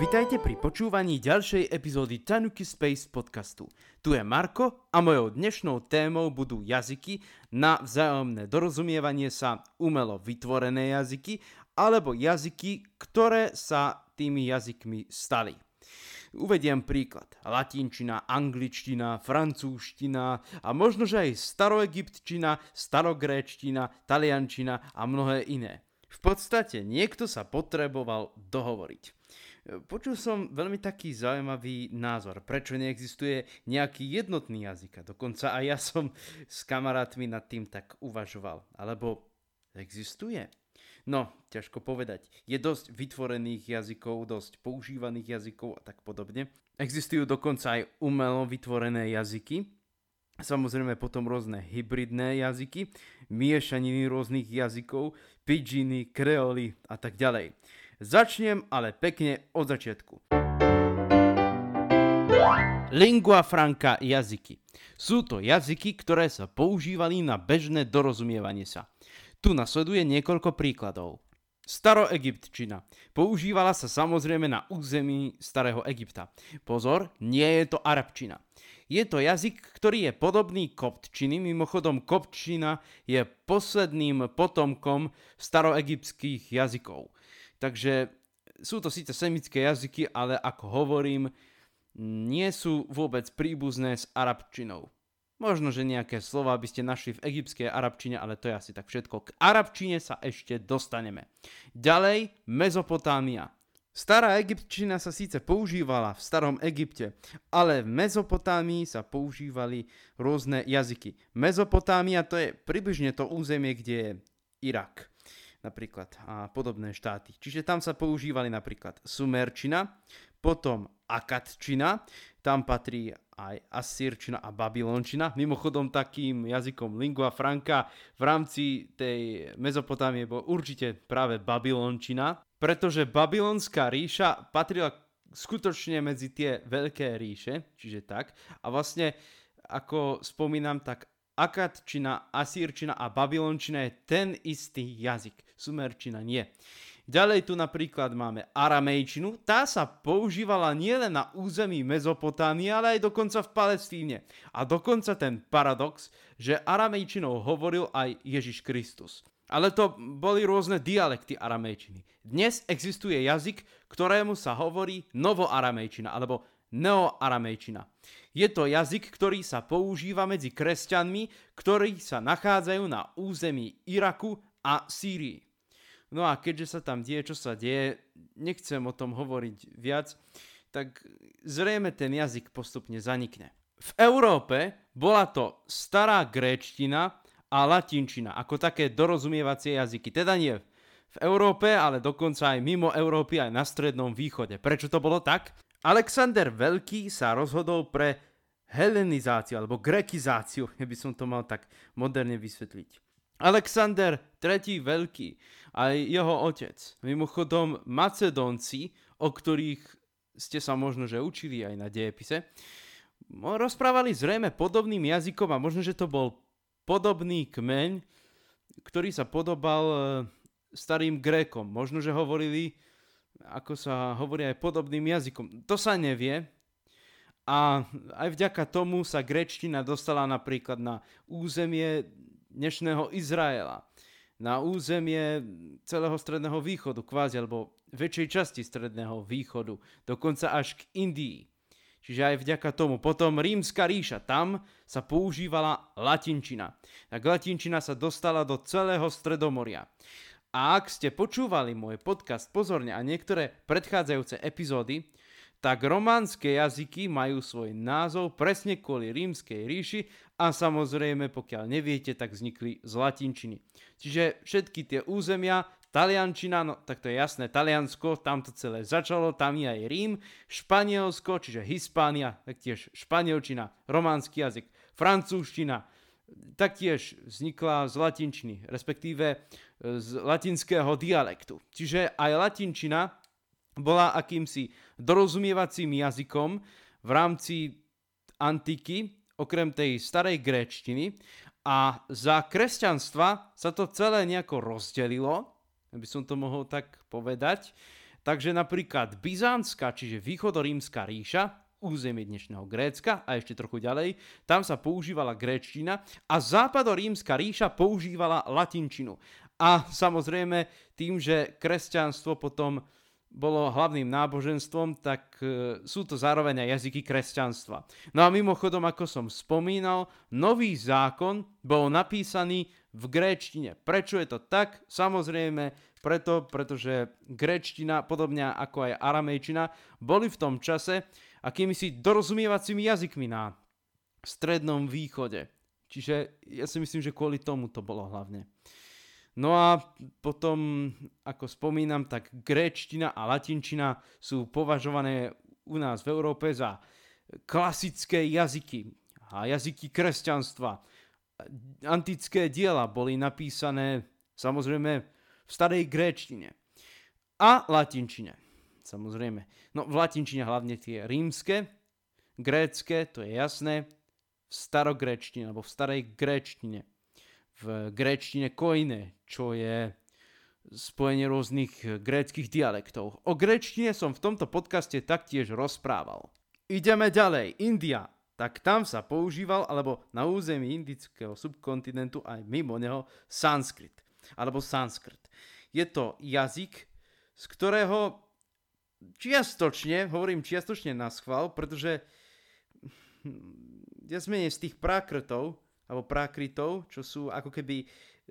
Vítajte pri počúvaní ďalšej epizódy Tanuki Space podcastu. Tu je Marko a mojou dnešnou témou budú jazyky na vzájomné dorozumievanie sa, umelo vytvorené jazyky alebo jazyky, ktoré sa tými jazykmi stali. Uvediem príklad. Latinčina, angličtina, francúzština a možno, že aj staroegyptčina, starogréčtina, taliančina a mnohé iné. V podstate niekto sa potreboval dohovoriť. Počul som veľmi taký zaujímavý názor, prečo neexistuje nejaký jednotný jazyk. A dokonca aj ja som s kamarátmi nad tým tak uvažoval. Alebo existuje? No, ťažko povedať. Je dosť vytvorených jazykov, dosť používaných jazykov a tak podobne. Existujú dokonca aj umelo vytvorené jazyky. Samozrejme potom rôzne hybridné jazyky, miešaniny rôznych jazykov, pidžiny, kreoly a tak ďalej. Začnem ale pekne od začiatku. Lingua franca jazyky. Sú to jazyky, ktoré sa používali na bežné dorozumievanie sa. Tu nasleduje niekoľko príkladov. Staroegyptčina. Používala sa samozrejme na území Starého Egypta. Pozor, nie je to arabčina. Je to jazyk, ktorý je podobný koptčiny, mimochodom koptčina je posledným potomkom staroegyptských jazykov. Takže sú to síce semické jazyky, ale ako hovorím, nie sú vôbec príbuzné s arabčinou. Možno, že nejaké slova by ste našli v egyptskej arabčine, ale to je asi tak všetko. K arabčine sa ešte dostaneme. Ďalej, Mezopotámia. Stará egyptčina sa síce používala v starom Egypte, ale v Mezopotámii sa používali rôzne jazyky. Mezopotámia to je približne to územie, kde je Irak napríklad a podobné štáty. Čiže tam sa používali napríklad sumerčina, potom akadčina, tam patrí aj asýrčina a babylončina. Mimochodom takým jazykom lingua franca v rámci tej Mezopotámie bol určite práve babylončina, pretože babylonská ríša patrila skutočne medzi tie veľké ríše, čiže tak. A vlastne, ako spomínam, tak akadčina, asýrčina a babylončina je ten istý jazyk. Sumerčina nie. Ďalej tu napríklad máme aramejčinu. Tá sa používala nielen na území Mezopotámie, ale aj dokonca v Palestíne. A dokonca ten paradox, že aramejčinou hovoril aj Ježiš Kristus. Ale to boli rôzne dialekty aramejčiny. Dnes existuje jazyk, ktorému sa hovorí novoaramejčina alebo neoaramejčina. Je to jazyk, ktorý sa používa medzi kresťanmi, ktorí sa nachádzajú na území Iraku a Sýrii. No a keďže sa tam deje, čo sa deje, nechcem o tom hovoriť viac, tak zrejme ten jazyk postupne zanikne. V Európe bola to stará gréčtina a latinčina, ako také dorozumievacie jazyky. Teda nie v Európe, ale dokonca aj mimo Európy, aj na Strednom východe. Prečo to bolo tak? Alexander Veľký sa rozhodol pre helenizáciu alebo grekizáciu, keby som to mal tak moderne vysvetliť. Alexander III. Veľký a jeho otec, mimochodom Macedónci, o ktorých ste sa možno že učili aj na dejepise, rozprávali zrejme podobným jazykom a možno, že to bol podobný kmeň, ktorý sa podobal starým Grékom. Možno, že hovorili, ako sa hovorí, aj podobným jazykom. To sa nevie. A aj vďaka tomu sa gréčtina dostala napríklad na územie dnešného Izraela, na územie celého Stredného východu, kvázi, alebo väčšej časti Stredného východu, dokonca až k Indii. Čiže aj vďaka tomu. Potom Rímska ríša, tam sa používala latinčina. Tak latinčina sa dostala do celého Stredomoria. A ak ste počúvali môj podcast pozorne a niektoré predchádzajúce epizódy, tak románske jazyky majú svoj názov presne kvôli Rímskej ríši a samozrejme, pokiaľ neviete, tak vznikli z latinčiny. Čiže všetky tie územia, taliančina, no tak to je jasné, Taliansko, tam to celé začalo, tam je aj Rím, Španielsko, čiže Hispánia, taktiež španielčina, románsky jazyk, francúzština, taktiež vznikla z latinčiny, respektíve z latinského dialektu. Čiže aj latinčina bola akýmsi dorozumievacím jazykom v rámci antiky, okrem tej starej gréčtiny, a za kresťanstva sa to celé nejako rozdelilo, aby som to mohol tak povedať, Takže napríklad Byzantská, čiže východorímska ríša, územie dnešného Grécka a ešte trochu ďalej, tam sa používala gréčtina a západorímska ríša používala latinčinu. A samozrejme tým, že kresťanstvo potom bolo hlavným náboženstvom, tak sú to zároveň aj jazyky kresťanstva. No a mimochodom, ako som spomínal, Nový zákon bol napísaný v gréčtine. Prečo je to tak? Samozrejme pretože gréčtina, podobne ako aj aramejčina, boli v tom čase akýmisi dorozumievacími jazykmi na Strednom východe. Čiže ja si myslím, že kvôli tomu to bolo hlavne. No a potom, ako spomínam, tak gréčtina a latinčina sú považované u nás v Európe za klasické jazyky a jazyky kresťanstva. Antické diela boli napísané samozrejme v starej gréčtine a latinčine. Samozrejme. No v latinčine hlavne tie rímske, grécke, to je jasné, v starogréčtine alebo v starej gréčtine. V gréčtine koine, čo je spojenie rôznych gréckych dialektov. O gréčtine som v tomto podcaste taktiež rozprával. Ideme ďalej. India. Tak tam sa používal, alebo na území indického subkontinentu aj mimo neho, sanskrit. Alebo sanskrt. Je to jazyk, z ktorého čiastočne, hovorím čiastočne naschvál, pretože ja zmením z tých prákrtov, alebo prákritov, čo sú ako keby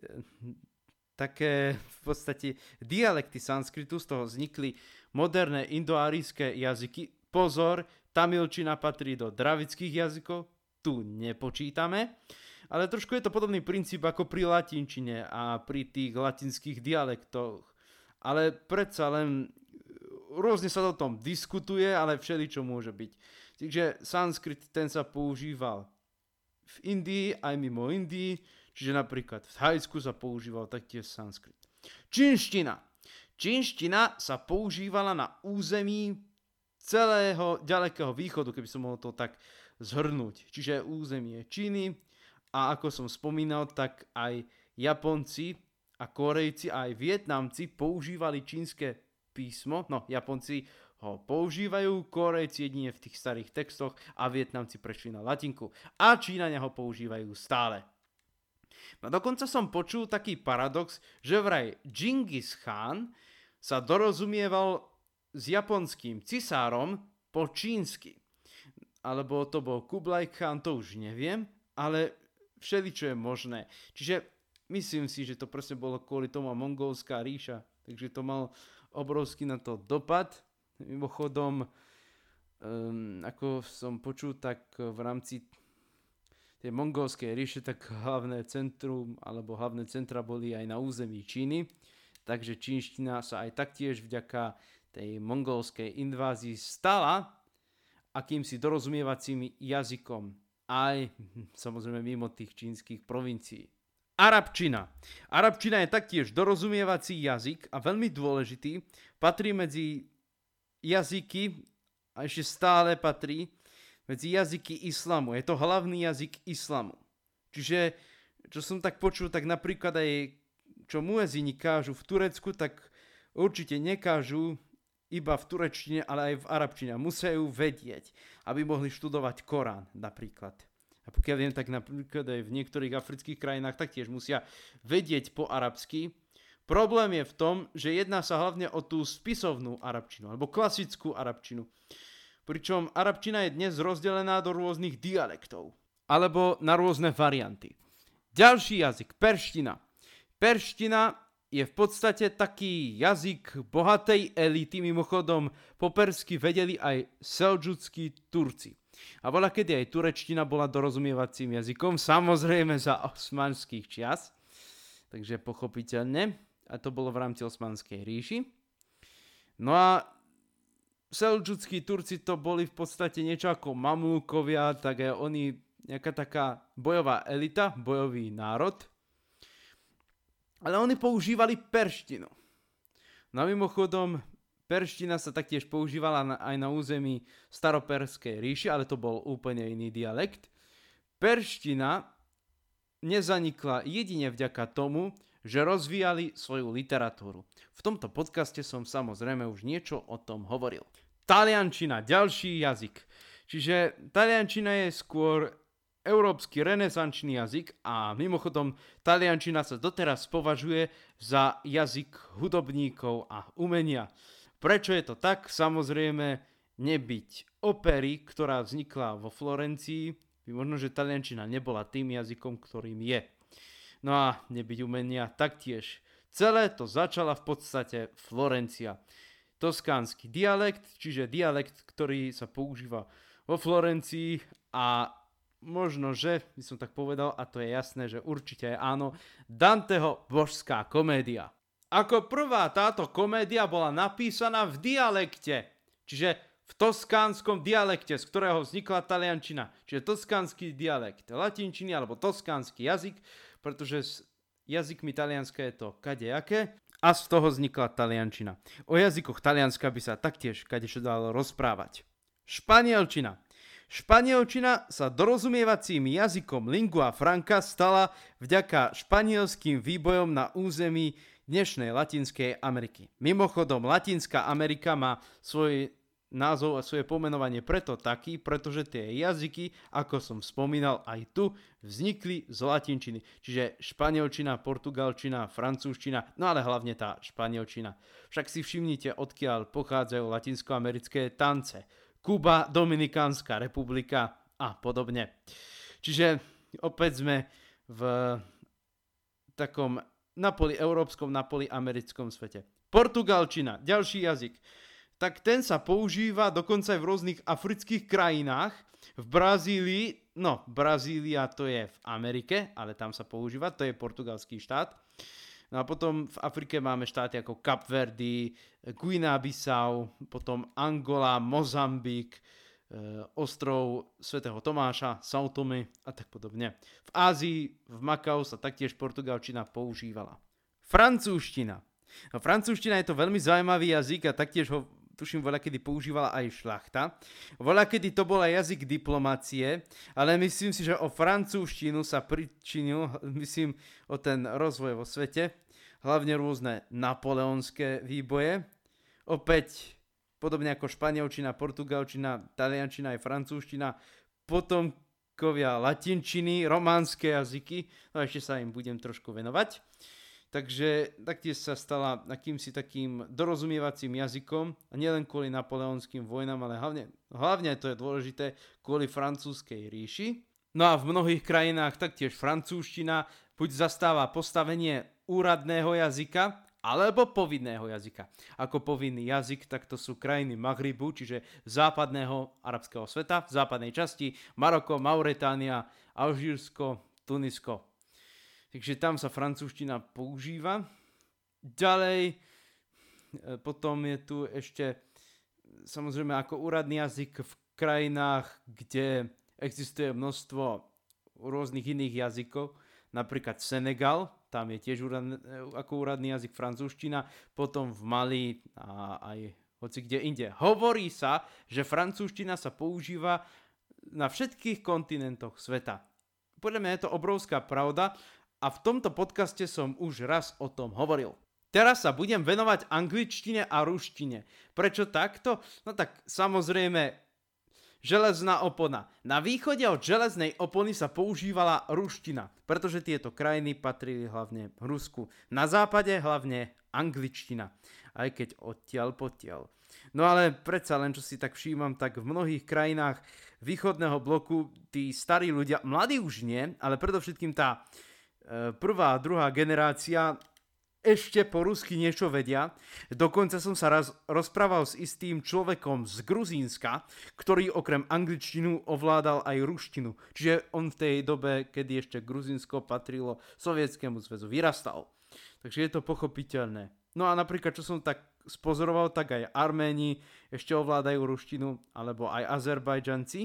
také v podstate dialekty sanskritu, z toho vznikli moderné indoárijské jazyky. Pozor, tamilčina patrí do dravických jazykov, tu nepočítame, ale trošku je to podobný princíp ako pri latinčine a pri tých latinských dialektoch. Ale predsa len rôzne sa o tom diskutuje, ale všeličo môže byť. Takže sanskrit ten sa používal v Indii aj mimo Indii, čiže napríklad v Thajsku sa používal taktiež sanskrit. Čínština. Čínština sa používala na území celého ďalekého východu, keby som mohol to tak zhrnúť. Čiže územie Číny a ako som spomínal, tak aj Japonci a Korejci a aj Vietnamci používali čínske písmo. No, Japonci ho používajú, Korejci jedine v tých starých textoch a Vietnamci prešli na latinku. A Číňania ho používajú stále. No dokonca som počul taký paradox, že vraj Džingis Khan sa dorozumieval s japonským cisárom po čínsky. Alebo to bol Kublai Khan, to už neviem, ale všeličo je možné. Čiže myslím si, že to presne bolo kvôli tomu mongolská ríša, takže to mal obrovský na to dopad. Mimochodom, ako som počul, tak v rámci tej mongolskej ríše, tak hlavné centrum alebo hlavné centra boli aj na území Číny, takže čínština sa aj taktiež vďaka tej mongolskej invázii stala akýmsi dorozumievacím jazykom aj samozrejme mimo tých čínskych provincií. Arabčina. Arabčina je taktiež dorozumievací jazyk a veľmi dôležitý. Patrí medzi jazyky a ešte stále patrí medzi jazyky islamu. Je to hlavný jazyk islamu. Čiže, čo som tak počul, tak napríklad aj čo muezini kážu v Turecku, tak určite nekážu iba v turečtine, ale aj v arabčine. Musia ju vedieť, aby mohli študovať Korán napríklad. A pokiaľ viem, tak napríklad aj v niektorých afrických krajinách taktiež musia vedieť po arabsky. Problém je v tom, že jedná sa hlavne o tú spisovnú arabčinu, alebo klasickú arabčinu. Pričom arabčina je dnes rozdelená do rôznych dialektov, alebo na rôzne varianty. Ďalší jazyk, perština. Perština je v podstate taký jazyk bohatej elity, mimochodom po persky vedeli aj seldžudskí Turci. A bola kedy aj turečtina bola dorozumievacím jazykom, samozrejme za osmanských čias, takže pochopiteľne. A to bolo v rámci Osmanskej ríši. No a seldžudskí Turci to boli v podstate niečo ako mamlúkovia, tak aj oni nejaká taká bojová elita, bojový národ. Ale oni používali perštinu. No a mimochodom, perština sa taktiež používala aj na území staroperskej ríši, ale to bol úplne iný dialekt. Perština nezanikla jedine vďaka tomu, že rozvíjali svoju literatúru. V tomto podcaste som samozrejme už niečo o tom hovoril. Taliančina, ďalší jazyk. Čiže taliančina je skôr európsky renesančný jazyk a mimochodom taliančina sa doteraz považuje za jazyk hudobníkov a umenia. Prečo je to tak? Samozrejme nebyť opery, ktorá vznikla vo Florencii, by možno, že taliančina nebola tým jazykom, ktorým je. No a nebyť umenia taktiež. Celé to začala v podstate Florencia. Toskánsky dialekt, čiže dialekt, ktorý sa používa vo Florencii a možno, že by som tak povedal, a to je jasné, že určite je áno, Danteho Božská komédia. Ako prvá táto komédia bola napísaná v dialekte, čiže v toskánskom dialekte, z ktorého vznikla taliančina, čiže toskánsky dialekt latinčiny alebo toskánsky jazyk, pretože s jazykmi Talianska je to kadejaké a z toho vznikla taliančina. O jazykoch Talianska by sa taktiež kadečo dalo rozprávať. Španielčina. Španielčina sa dorozumievacím jazykom lingua franca stala vďaka španielským výbojom na území dnešnej Latinskej Ameriky. Mimochodom, Latinská Amerika má svoj názov a svoje pomenovanie preto taký, pretože tie jazyky, ako som spomínal aj tu, vznikli z latinčiny. Čiže španielčina, portugalčina, francúzština, no ale hlavne tá španielčina. Však si všimnite, odkiaľ pochádzajú latinskoamerické tance. Kuba, Dominikánska republika a podobne. Čiže opäť sme v takom európskom, americkom svete. Portugalčina, ďalší jazyk. Tak ten sa používa dokonca aj v rôznych afrických krajinách. V Brazílii, Brazília to je v Amerike, ale tam sa používa, to je portugalský štát. No a potom v Afrike máme štáty ako Kap Verdy, Guinea-Bissau, potom Angola, Mozambik, ostrov svätého Tomáša, São Tomé a tak podobne. V Ázii, v Makau sa taktiež portugalčina používala. Francúzština. No, francúzština je to veľmi zaujímavý jazyk a taktiež ho tuším, voľakedy používala aj šľachta. Voľakedy to bol aj jazyk diplomácie, ale myslím si, že o francúzštinu sa pričinil, myslím, o ten rozvoj vo svete, hlavne rôzne napoleonské výboje. Opäť, podobne ako španielčina, portugalčina, taliančina aj francúzština, potomkovia latinčiny, románske jazyky, no ešte sa im budem trošku venovať. Takže taktiež sa stala akýmsi takým dorozumievacím jazykom a nielen kvôli napoleonským vojnám, ale hlavne to je dôležité kvôli francúzskej ríši. No a v mnohých krajinách taktiež francúzština buď zastáva postavenie úradného jazyka alebo povinného jazyka. Ako povinný jazyk, tak to sú krajiny Maghribu, čiže západného arabského sveta, v západnej časti Maroko, Mauretánia, Alžírsko, Tunisko. Takže tam sa francúzština používa. Ďalej, potom je tu ešte samozrejme ako úradný jazyk v krajinách, kde existuje množstvo rôznych iných jazykov. Napríklad Senegal, tam je tiež ako úradný jazyk francúzština. Potom v Mali a aj hoci kde inde. Hovorí sa, že francúzština sa používa na všetkých kontinentoch sveta. Podľa mňa je to obrovská pravda. A v tomto podcaste som už raz o tom hovoril. Teraz sa budem venovať angličtine a ruštine. Prečo takto? No tak samozrejme, železná opona. Na východe od železnej opony sa používala ruština, pretože tieto krajiny patrili hlavne Rusku. Na západe hlavne angličtina, aj keď odtiaľ potiaľ. No ale predsa len, čo si tak všímam, tak v mnohých krajinách východného bloku tí starí ľudia, mladí už nie, ale predovšetkým tá prvá a druhá generácia ešte po rusky niečo vedia. Dokonca som sa raz rozprával s istým človekom z Gruzínska, ktorý okrem angličtinu ovládal aj ruštinu. Čiže on v tej dobe, kedy ešte Gruzínsko patrilo Sovietskému zväzu, vyrastal. Takže je to pochopiteľné. No a napríklad, čo som tak spozoroval, tak aj Arméni ešte ovládajú ruštinu, alebo aj Azerbajdžanci.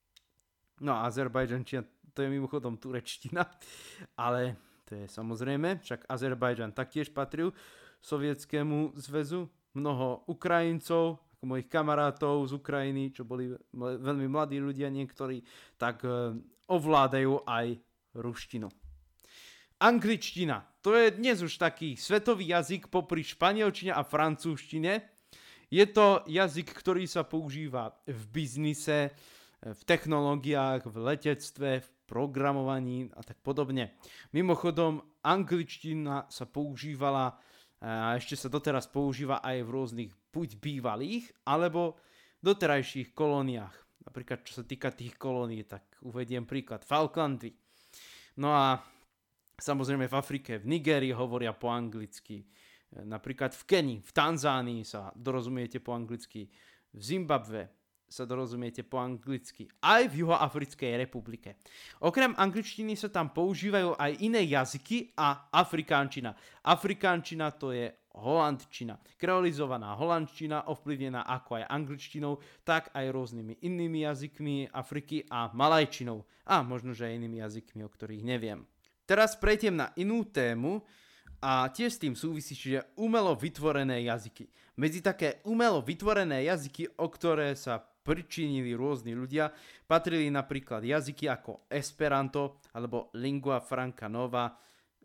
No a Azerbajdžančina, to je mimochodom turečtina, ale to je samozrejme, však Azerbajdžan taktiež patril Sovietskému zväzu. Mnoho Ukrajincov, ako mojich kamarátov z Ukrajiny, čo boli veľmi mladí ľudia niektorí, tak ovládajú aj ruštinu. Angličtina. To je dnes už taký svetový jazyk popri španielčine a francúzštine. Je to jazyk, ktorý sa používa v biznise, v technológiách, v letectve, v programovaní a tak podobne. Mimochodom, angličtina sa používala a ešte sa doteraz používa aj v rôznych buď bývalých, alebo doterajších kolóniách. Napríklad, čo sa týka tých kolónií, tak uvediem príklad Falklandy. No a samozrejme v Afrike, v Nigérii hovoria po anglicky. Napríklad v Kenii, v Tanzánii sa dorozumiete po anglicky. V Zimbabve sa dorozumiete po anglicky. Aj v Juhoafrickej republike. Okrem angličtiny sa tam používajú aj iné jazyky a afrikánčina. Afrikánčina to je holandčina. Kreolizovaná holandčina, ovplyvnená ako aj angličtinou, tak aj rôznymi inými jazykmi Afriky a malajčinou. A možno, že aj inými jazykmi, o ktorých neviem. Teraz prejdem na inú tému a tiež s tým súvisí, že umelo vytvorené jazyky. Medzi také umelo vytvorené jazyky, o ktoré sa pričinili rôzni ľudia, patrili napríklad jazyky ako Esperanto alebo Lingua Franca Nova,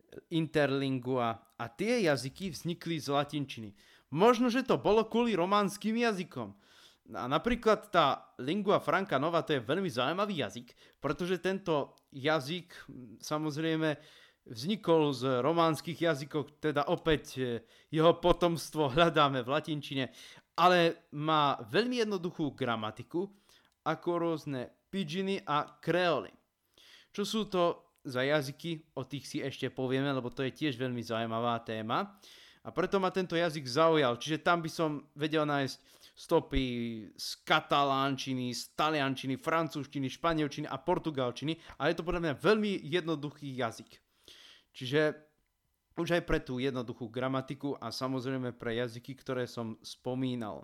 Interlingua a tie jazyky vznikli z latinčiny. Možno, že to bolo kvôli románskym jazykom. A napríklad tá Lingua Franca Nova to je veľmi zaujímavý jazyk, pretože tento jazyk samozrejme vznikol z románskych jazykov, teda opäť jeho potomstvo hľadáme v latinčine, ale má veľmi jednoduchú gramatiku, ako rôzne pidžiny a kreoly. Čo sú to za jazyky, o tých si ešte povieme, lebo to je tiež veľmi zaujímavá téma. A preto ma tento jazyk zaujal, čiže tam by som vedel nájsť stopy z katalánčiny, z taliančiny, francúzštiny, španielčiny a portugalčiny a je to podľa mňa veľmi jednoduchý jazyk. Čiže už aj pre tú jednoduchú gramatiku a samozrejme pre jazyky, ktoré som spomínal.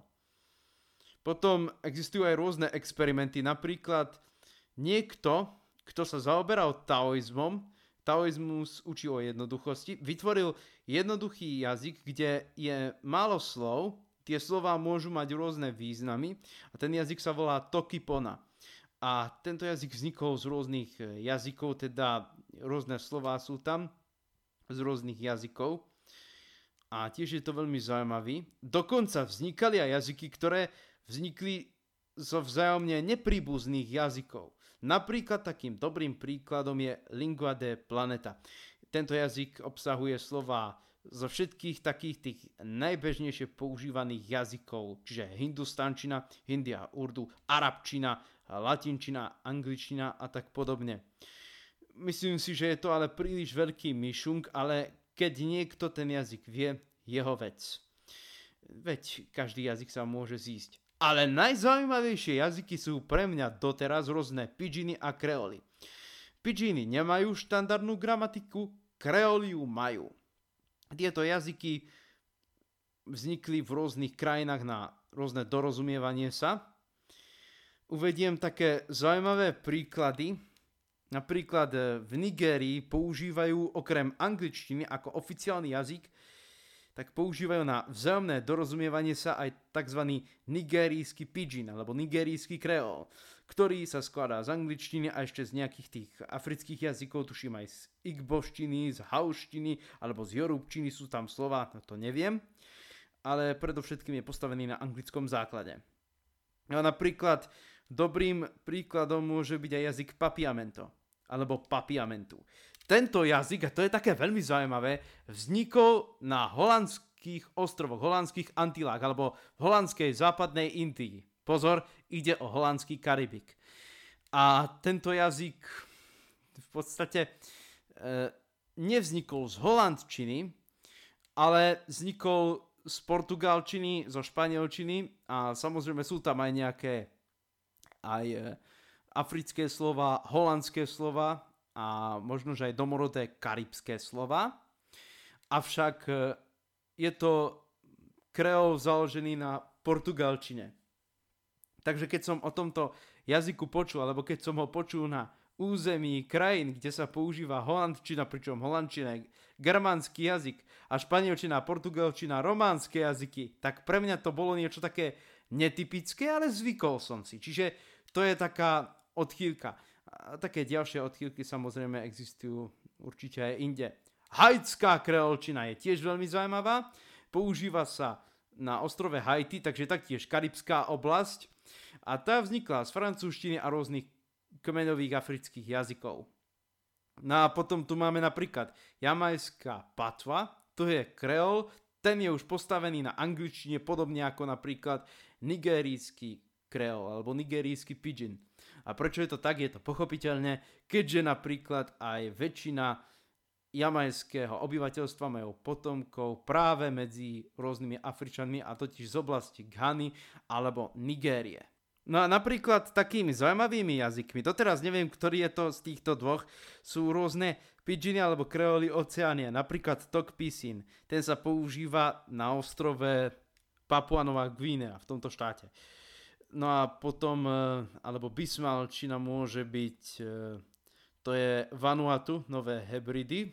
Potom existujú aj rôzne experimenty, napríklad niekto, kto sa zaoberal taoizmom, taoizmus učí o jednoduchosti, vytvoril jednoduchý jazyk, kde je málo slov, tie slová môžu mať rôzne významy a ten jazyk sa volá Tokipona. A tento jazyk vznikol z rôznych jazykov, teda rôzne slová sú tam z rôznych jazykov a tiež je to veľmi zaujímavý. Dokonca vznikali aj jazyky, ktoré vznikli zo vzájomne nepríbuzných jazykov. Napríklad takým dobrým príkladom je Lingua de Planeta. Tento jazyk obsahuje slová zo všetkých takých tých najbežnejšie používaných jazykov, čiže hindustančina, hindia, urdu, arabčina, latinčina, angličtina a tak podobne. Myslím si, že je to ale príliš veľký myšung, ale keď niekto ten jazyk vie, jeho vec. Veď každý jazyk sa môže zísť. Ale najzaujímavejšie jazyky sú pre mňa doteraz rôzne pidžiny a kreoly. Pidžiny nemajú štandardnú gramatiku, kreoly ju majú. Tieto jazyky vznikli v rôznych krajinách na rôzne dorozumievanie sa. Uvediem také zaujímavé príklady. Napríklad v Nigérii používajú okrem angličtiny ako oficiálny jazyk, tak používajú na vzájomné dorozumievanie sa aj tzv. Nigérijský pidžin alebo nigérijský kreol, ktorý sa skladá z angličtiny a ešte z nejakých tých afrických jazykov, tuším aj z igboštiny, z hauštiny alebo z jorubčiny sú tam slova, no to neviem, ale predovšetkým je postavený na anglickom základe. No napríklad dobrým príkladom môže byť aj jazyk papiamento alebo papiamentu. Tento jazyk, a to je také veľmi zaujímavé, vznikol na holandských ostrovoch, holandských Antilách alebo v holandskej západnej Indii. Pozor, ide o holandský Karibik. A tento jazyk v podstate nevznikol z holandčiny, ale vznikol z portugalčiny, zo španielčiny a samozrejme sú tam aj nejaké aj africké slova, holandské slova a možno, že aj domorodé karibské slova. Avšak je to kreol založený na portugalčine. Takže keď som o tomto jazyku počul, alebo keď som ho počul na území krajín, kde sa používa holandčina, pričom holandčina je germánsky jazyk a španielčina, portugalčina, románske jazyky, tak pre mňa to bolo niečo také netypické, ale zvykol som si. Čiže to je taká odchýlka. A také ďalšie odchýlky samozrejme existujú určite aj inde. Haitská kreolčina je tiež veľmi zaujímavá. Používa sa na ostrove Haiti, takže taktiež karibská oblasť. A tá vznikla z francúzštiny a rôznych kmeňových afrických jazykov. No a potom tu máme napríklad jamajská patva, to je kreol, ten je už postavený na angličtine, podobne ako napríklad nigerijský kreol alebo nigerijský pidgin. A prečo je to tak? Je to pochopiteľne, keďže napríklad aj väčšina jamajského obyvateľstva majú potomkov práve medzi rôznymi Afričanmi, a totiž z oblasti Ghany alebo Nigérie. No a napríklad takými zaujímavými jazykmi, doteraz neviem, ktorý je to z týchto dvoch, sú rôzne pidginy alebo kreóly Oceánie, napríklad Tok Pisin. Ten sa používa na ostrove Papua Nová Guinea v tomto štáte. No a potom, alebo bismalčina môže byť, to je Vanuatu, Nové Hebridy.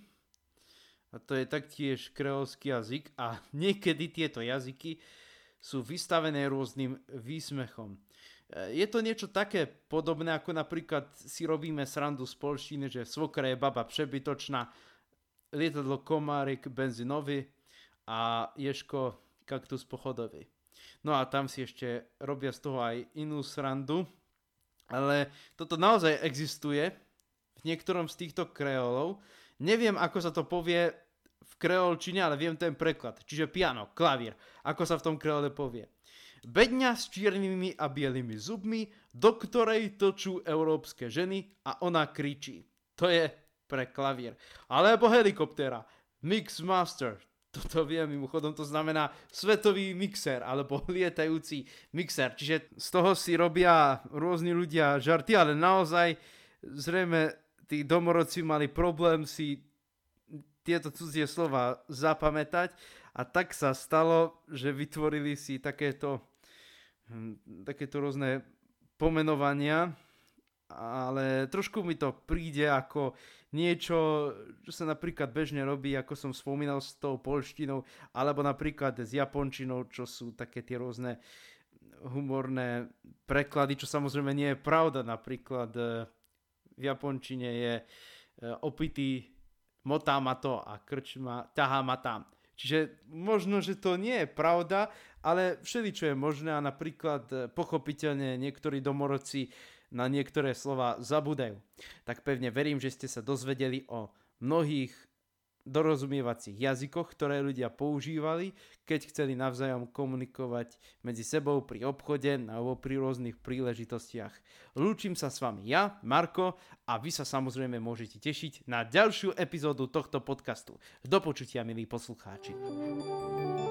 A to je taktiež kreolský jazyk a niekedy tieto jazyky sú vystavené rôznym výsmechom. Je to niečo také podobné, ako napríklad si robíme srandu z polštiny, že svokra je baba přebytočná, lietadlo komárik benzínový a ješko kaktus pochodový. No a tam si ešte robia z toho aj inú srandu, ale toto naozaj existuje v niektorom z týchto kreolov. Neviem, ako sa to povie v kreolčine, ale viem ten preklad. Čiže piano, klavír, ako sa v tom kreole povie. Bedňa s čiernymi a bielými zubmi, do ktorej točú európske ženy a ona kričí. To je pre klavír. Alebo helikoptéra, Mixmaster. Toto viem, mimochodom to znamená svetový mixer, alebo lietajúci mixer. Čiže z toho si robia rôzni ľudia žarty, ale naozaj zrejme tí domorodci mali problém si tieto cudzie slova zapamätať a tak sa stalo, že vytvorili si takéto rôzne pomenovania, ale trošku mi to príde ako niečo, čo sa napríklad bežne robí, ako som spomínal, s tou poľštinou, alebo napríklad s japončinou, čo sú také tie rôzne humorné preklady, čo samozrejme nie je pravda. Napríklad v japončine je opitý motá ma to a krčma ťahá ma tam. Čiže možno, že to nie je pravda, ale všeličo je možné a napríklad pochopiteľne niektorí domorodci na niektoré slova zabúdajú. Tak pevne verím, že ste sa dozvedeli o mnohých dorozumievacích jazykoch, ktoré ľudia používali, keď chceli navzájom komunikovať medzi sebou pri obchode alebo pri rôznych príležitostiach. Lúčim sa s vami ja, Marko, a vy sa samozrejme môžete tešiť na ďalšiu epizódu tohto podcastu. Do počutia, milí poslucháči.